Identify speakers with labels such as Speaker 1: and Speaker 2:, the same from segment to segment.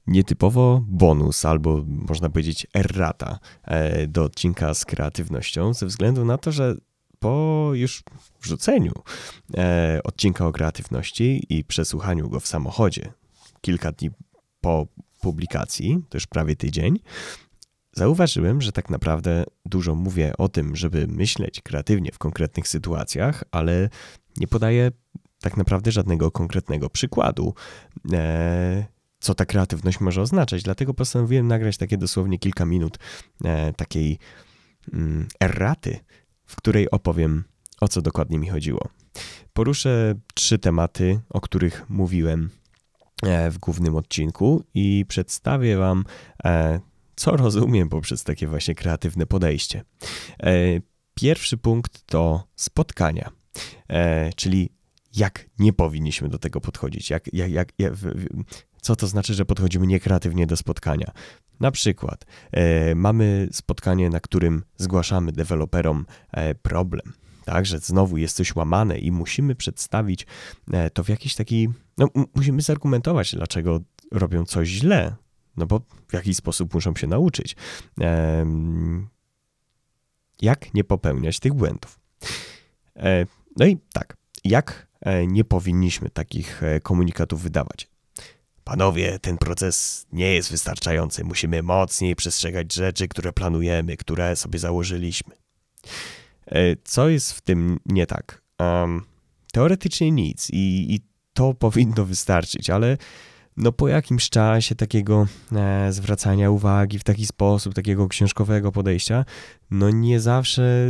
Speaker 1: Nietypowo bonus, albo można powiedzieć errata do odcinka z kreatywnością, ze względu na to, że po już wrzuceniu odcinka o kreatywności i przesłuchaniu go w samochodzie kilka dni po publikacji, to już prawie tydzień, zauważyłem, że tak naprawdę dużo mówię o tym, żeby myśleć kreatywnie w konkretnych sytuacjach, ale nie podaję tak naprawdę żadnego konkretnego przykładu, co ta kreatywność może oznaczać. Dlatego postanowiłem nagrać takie dosłownie kilka minut takiej erraty, w której opowiem, o co dokładnie mi chodziło. Poruszę 3 tematy, o których mówiłem w głównym odcinku i przedstawię wam, co rozumiem poprzez takie właśnie kreatywne podejście. Pierwszy punkt to spotkania, czyli jak nie powinniśmy do tego podchodzić, co to znaczy, że podchodzimy niekreatywnie do spotkania. Na przykład mamy spotkanie, na którym zgłaszamy deweloperom problem, tak, że znowu jest coś łamane i musimy przedstawić to w jakiś taki, musimy zargumentować, dlaczego robią coś źle, no bo w jakiś sposób muszą się nauczyć, jak nie popełniać tych błędów. No i tak, jak nie powinniśmy takich komunikatów wydawać? Panowie, ten proces nie jest wystarczający. Musimy mocniej przestrzegać rzeczy, które planujemy, które sobie założyliśmy. Co jest w tym nie tak? Teoretycznie nic i to powinno wystarczyć, ale no po jakimś czasie takiego zwracania uwagi w taki sposób, takiego książkowego podejścia, no nie zawsze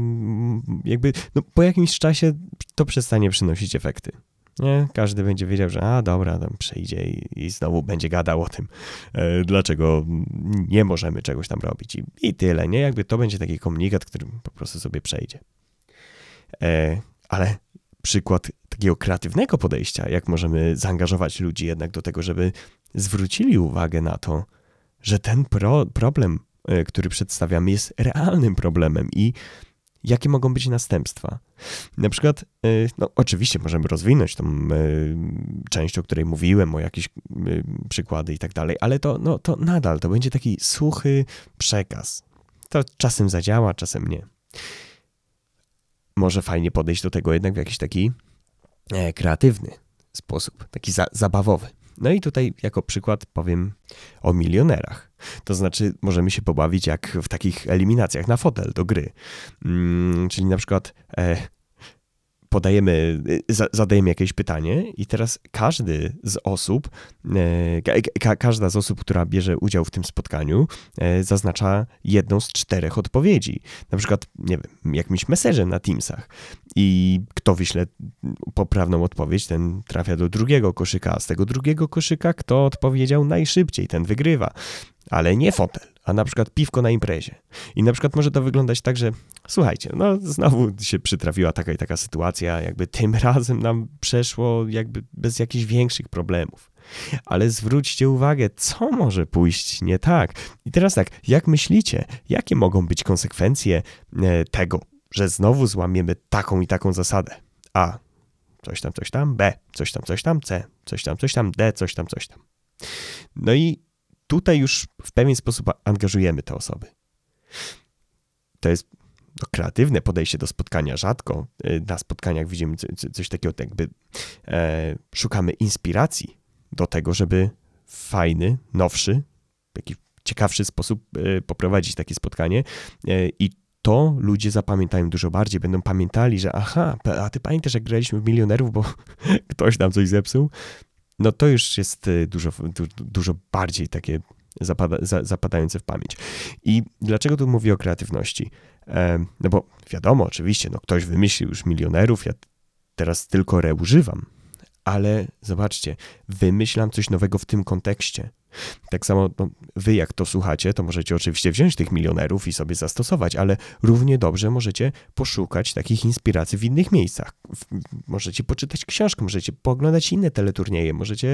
Speaker 1: po jakimś czasie to przestanie przynosić efekty. Nie? Każdy będzie wiedział, że dobra, tam przejdzie i znowu będzie gadał o tym, dlaczego nie możemy czegoś tam robić i tyle, nie? Jakby to będzie taki komunikat, który po prostu sobie przejdzie. Ale przykład takiego kreatywnego podejścia, jak możemy zaangażować ludzi jednak do tego, żeby zwrócili uwagę na to, że ten problem, który przedstawiamy, jest realnym problemem i jakie mogą być następstwa. Na przykład, oczywiście możemy rozwinąć tą część, o której mówiłem, o jakieś przykłady i tak dalej, ale to nadal, to będzie taki suchy przekaz. To czasem zadziała, czasem nie. Może fajnie podejść do tego jednak w jakiś taki kreatywny sposób, taki zabawowy. No i tutaj jako przykład powiem o milionerach. To znaczy możemy się pobawić jak w takich eliminacjach na fotel do gry. Czyli na przykład zadajemy jakieś pytanie i teraz każda z osób, która bierze udział w tym spotkaniu, zaznacza jedną z 4 odpowiedzi. Na przykład, nie wiem, jakimś messengerem na Teamsach i kto wyśle poprawną odpowiedź, ten trafia do drugiego koszyka, a z tego drugiego koszyka kto odpowiedział najszybciej, ten wygrywa. Ale nie fotel, a na przykład piwko na imprezie. I na przykład może to wyglądać tak, że słuchajcie, znowu się przytrafiła taka i taka sytuacja, jakby tym razem nam przeszło jakby bez jakichś większych problemów. Ale zwróćcie uwagę, co może pójść nie tak. I teraz tak, jak myślicie, jakie mogą być konsekwencje tego, że znowu złamiemy taką i taką zasadę? A, coś tam, B, coś tam, C, coś tam, D, coś tam. No i tutaj już w pewien sposób angażujemy te osoby. To jest kreatywne podejście do spotkania. Rzadko na spotkaniach widzimy coś takiego, jakby szukamy inspiracji do tego, żeby w fajny, nowszy, taki ciekawszy sposób poprowadzić takie spotkanie i to ludzie zapamiętają dużo bardziej. Będą pamiętali, że a ty pamiętasz, jak graliśmy w milionerów, bo ktoś nam coś zepsuł? No to już jest dużo bardziej takie zapadające w pamięć. I dlaczego tu mówię o kreatywności? No bo wiadomo, oczywiście, ktoś wymyślił już milionerów, ja teraz tylko reużywam, ale zobaczcie, wymyślam coś nowego w tym kontekście. Tak samo wy jak to słuchacie, to możecie oczywiście wziąć tych milionerów i sobie zastosować, ale równie dobrze możecie poszukać takich inspiracji w innych miejscach. Możecie poczytać książkę, możecie pooglądać inne teleturnieje, możecie...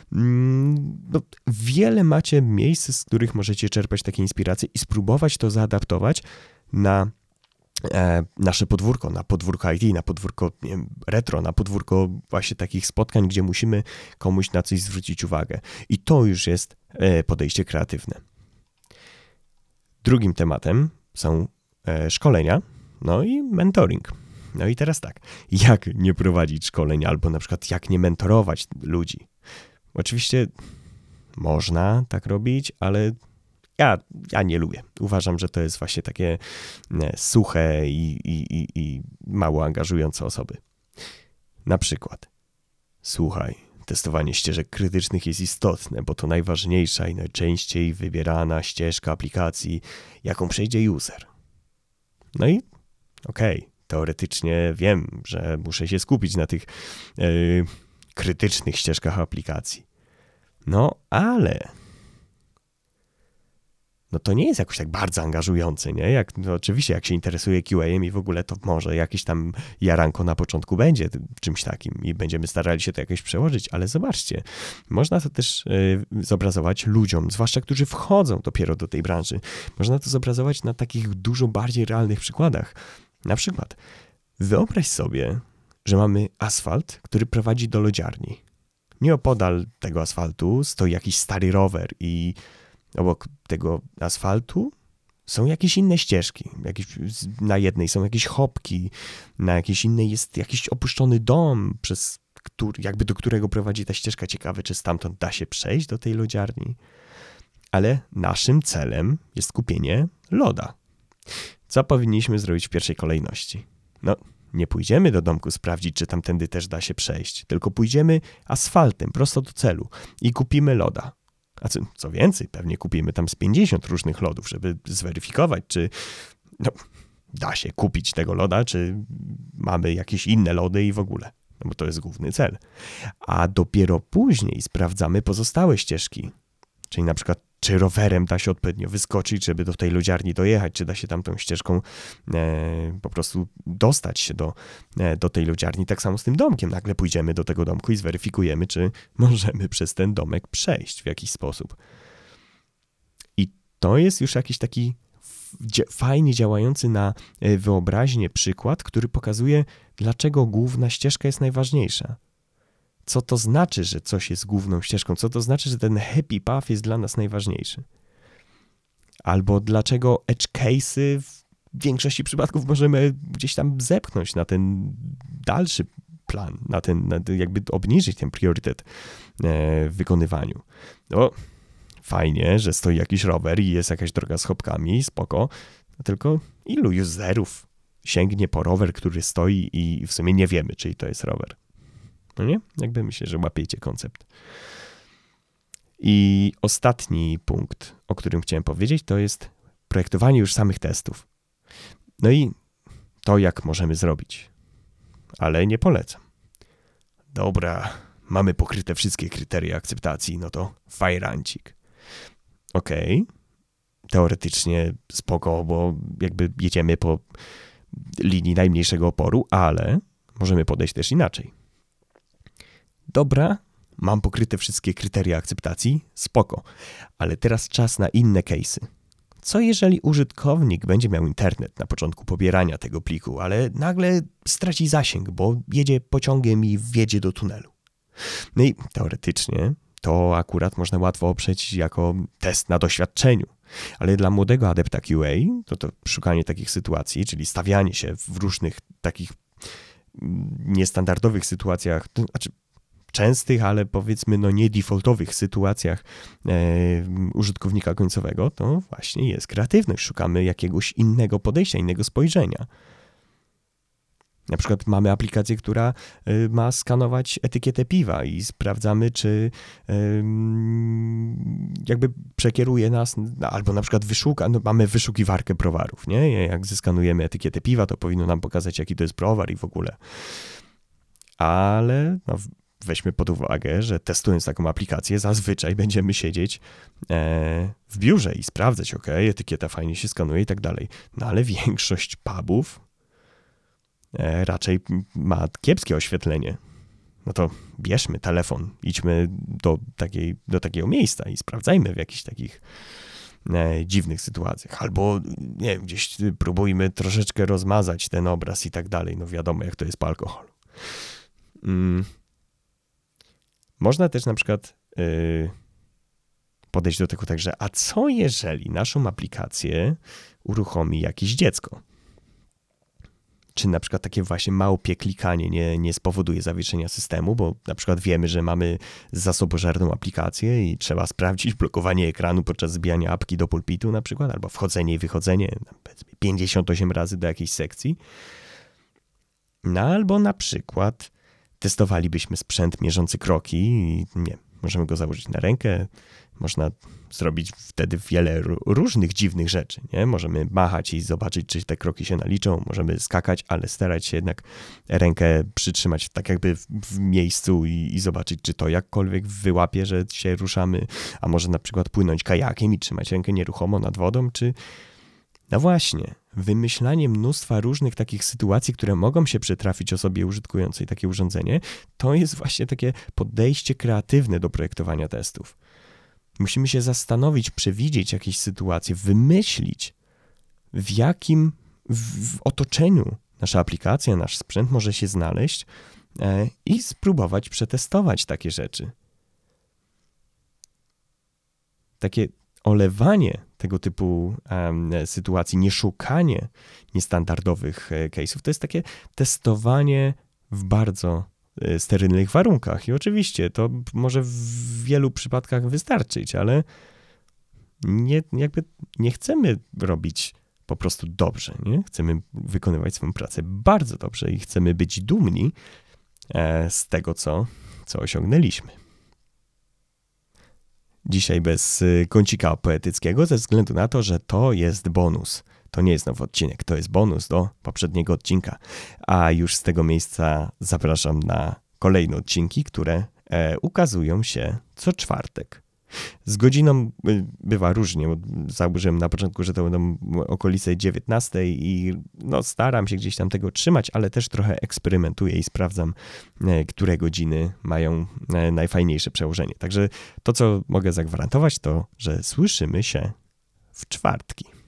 Speaker 1: wiele macie miejsc, z których możecie czerpać takie inspiracje i spróbować to zaadaptować na nasze podwórko, na podwórko IT, na podwórko retro, na podwórko właśnie takich spotkań, gdzie musimy komuś na coś zwrócić uwagę. I to już jest podejście kreatywne. Drugim tematem są szkolenia, no i mentoring. No i teraz tak, jak nie prowadzić szkoleń albo na przykład jak nie mentorować ludzi? Oczywiście można tak robić, ale ja nie lubię. Uważam, że to jest właśnie takie suche i mało angażujące osoby. Na przykład, słuchaj, testowanie ścieżek krytycznych jest istotne, bo to najważniejsza i najczęściej wybierana ścieżka aplikacji, jaką przejdzie user. No i okej, teoretycznie wiem, że muszę się skupić na tych krytycznych ścieżkach aplikacji. No, ale no to nie jest jakoś tak bardzo angażujące, nie? Oczywiście, jak się interesuje QA-em i w ogóle, to może jakieś tam jaranko na początku będzie czymś takim i będziemy starali się to jakoś przełożyć, ale zobaczcie, można to też zobrazować ludziom, zwłaszcza którzy wchodzą dopiero do tej branży. Można to zobrazować na takich dużo bardziej realnych przykładach. Na przykład, wyobraź sobie, że mamy asfalt, który prowadzi do lodziarni. Nieopodal tego asfaltu stoi jakiś stary rower i obok tego asfaltu są jakieś inne ścieżki. Na jednej są jakieś chopki, na jakiejś innej jest jakiś opuszczony dom, do którego prowadzi ta ścieżka. Ciekawe, czy stamtąd da się przejść do tej lodziarni. Ale naszym celem jest kupienie loda. Co powinniśmy zrobić w pierwszej kolejności? No, nie pójdziemy do domku sprawdzić, czy tamtędy też da się przejść, tylko pójdziemy asfaltem prosto do celu i kupimy loda. A co więcej, pewnie kupimy tam z 50 różnych lodów, żeby zweryfikować, czy da się kupić tego loda, czy mamy jakieś inne lody i w ogóle. No bo to jest główny cel. A dopiero później sprawdzamy pozostałe ścieżki. Czyli na przykład, czy rowerem da się odpowiednio wyskoczyć, żeby do tej lodziarni dojechać, czy da się tam tą ścieżką po prostu dostać się do tej lodziarni. Tak samo z tym domkiem. Nagle pójdziemy do tego domku i zweryfikujemy, czy możemy przez ten domek przejść w jakiś sposób. I to jest już jakiś taki fajnie działający na wyobraźnię przykład, który pokazuje, dlaczego główna ścieżka jest najważniejsza. Co to znaczy, że coś jest główną ścieżką? Co to znaczy, że ten happy path jest dla nas najważniejszy? Albo dlaczego edge case'y w większości przypadków możemy gdzieś tam zepchnąć na ten dalszy plan, jakby obniżyć ten priorytet w wykonywaniu. No, fajnie, że stoi jakiś rower i jest jakaś droga z chopkami, spoko, tylko ilu userów sięgnie po rower, który stoi i w sumie nie wiemy, czyj to jest rower. No nie? Jakby myślę, że łapiecie koncept. I ostatni punkt, o którym chciałem powiedzieć, to jest projektowanie już samych testów. No i to, jak możemy zrobić. Ale nie polecam. Dobra, mamy pokryte wszystkie kryteria akceptacji, no to fajrancik. Okej, teoretycznie spoko, bo jakby jedziemy po linii najmniejszego oporu, ale możemy podejść też inaczej. Dobra, mam pokryte wszystkie kryteria akceptacji, spoko, ale teraz czas na inne case'y. Co jeżeli użytkownik będzie miał internet na początku pobierania tego pliku, ale nagle straci zasięg, bo jedzie pociągiem i wjedzie do tunelu? No i teoretycznie to akurat można łatwo oprzeć jako test na doświadczeniu, ale dla młodego adepta QA to szukanie takich sytuacji, czyli stawianie się w różnych takich niestandardowych sytuacjach, to znaczy częstych, ale powiedzmy nie defaultowych sytuacjach użytkownika końcowego, to właśnie jest kreatywność. Szukamy jakiegoś innego podejścia, innego spojrzenia. Na przykład mamy aplikację, która ma skanować etykietę piwa i sprawdzamy, czy jakby przekieruje nas, albo na przykład mamy wyszukiwarkę browarów, nie? Jak zeskanujemy etykietę piwa, to powinno nam pokazać, jaki to jest browar i w ogóle. Ale weźmy pod uwagę, że testując taką aplikację, zazwyczaj będziemy siedzieć w biurze i sprawdzać, etykieta fajnie się skanuje i tak dalej. No ale większość pubów raczej ma kiepskie oświetlenie. No to bierzmy telefon, idźmy do takiego miejsca i sprawdzajmy w jakichś takich dziwnych sytuacjach. Albo nie wiem, gdzieś próbujmy troszeczkę rozmazać ten obraz i tak dalej. No wiadomo, jak to jest po alkoholu. Można też na przykład podejść do tego tak, że a co jeżeli naszą aplikację uruchomi jakieś dziecko? Czy na przykład takie właśnie małpie klikanie nie spowoduje zawieszenia systemu, bo na przykład wiemy, że mamy zasobożerną aplikację i trzeba sprawdzić blokowanie ekranu podczas zbijania apki do pulpitu na przykład, albo wchodzenie i wychodzenie 58 razy do jakiejś sekcji. No albo na przykład testowalibyśmy sprzęt mierzący kroki i możemy go założyć na rękę, można zrobić wtedy wiele różnych dziwnych rzeczy, nie? Możemy machać i zobaczyć, czy te kroki się naliczą, możemy skakać, ale starać się jednak rękę przytrzymać tak jakby w miejscu i zobaczyć, czy to jakkolwiek wyłapie, że się ruszamy, a może na przykład płynąć kajakiem i trzymać rękę nieruchomo nad wodą, czy... No właśnie, wymyślanie mnóstwa różnych takich sytuacji, które mogą się przytrafić osobie użytkującej takie urządzenie, to jest właśnie takie podejście kreatywne do projektowania testów. Musimy się zastanowić, przewidzieć jakieś sytuacje, wymyślić, w jakim w otoczeniu nasza aplikacja, nasz sprzęt może się znaleźć i spróbować przetestować takie rzeczy. Takie olewanie tego typu sytuacji, nieszukanie niestandardowych case'ów, to jest takie testowanie w bardzo sterylnych warunkach. I oczywiście to może w wielu przypadkach wystarczyć, ale nie chcemy robić po prostu dobrze, nie? Chcemy wykonywać swoją pracę bardzo dobrze i chcemy być dumni z tego, co osiągnęliśmy. Dzisiaj bez kącika poetyckiego, ze względu na to, że to jest bonus. To nie jest nowy odcinek, to jest bonus do poprzedniego odcinka. A już z tego miejsca zapraszam na kolejne odcinki, które ukazują się co czwartek. Z godziną bywa różnie, bo założyłem na początku, że to będą okolice 19 i staram się gdzieś tam tego trzymać, ale też trochę eksperymentuję i sprawdzam, które godziny mają najfajniejsze przełożenie. Także to, co mogę zagwarantować, to, że słyszymy się w czwartki.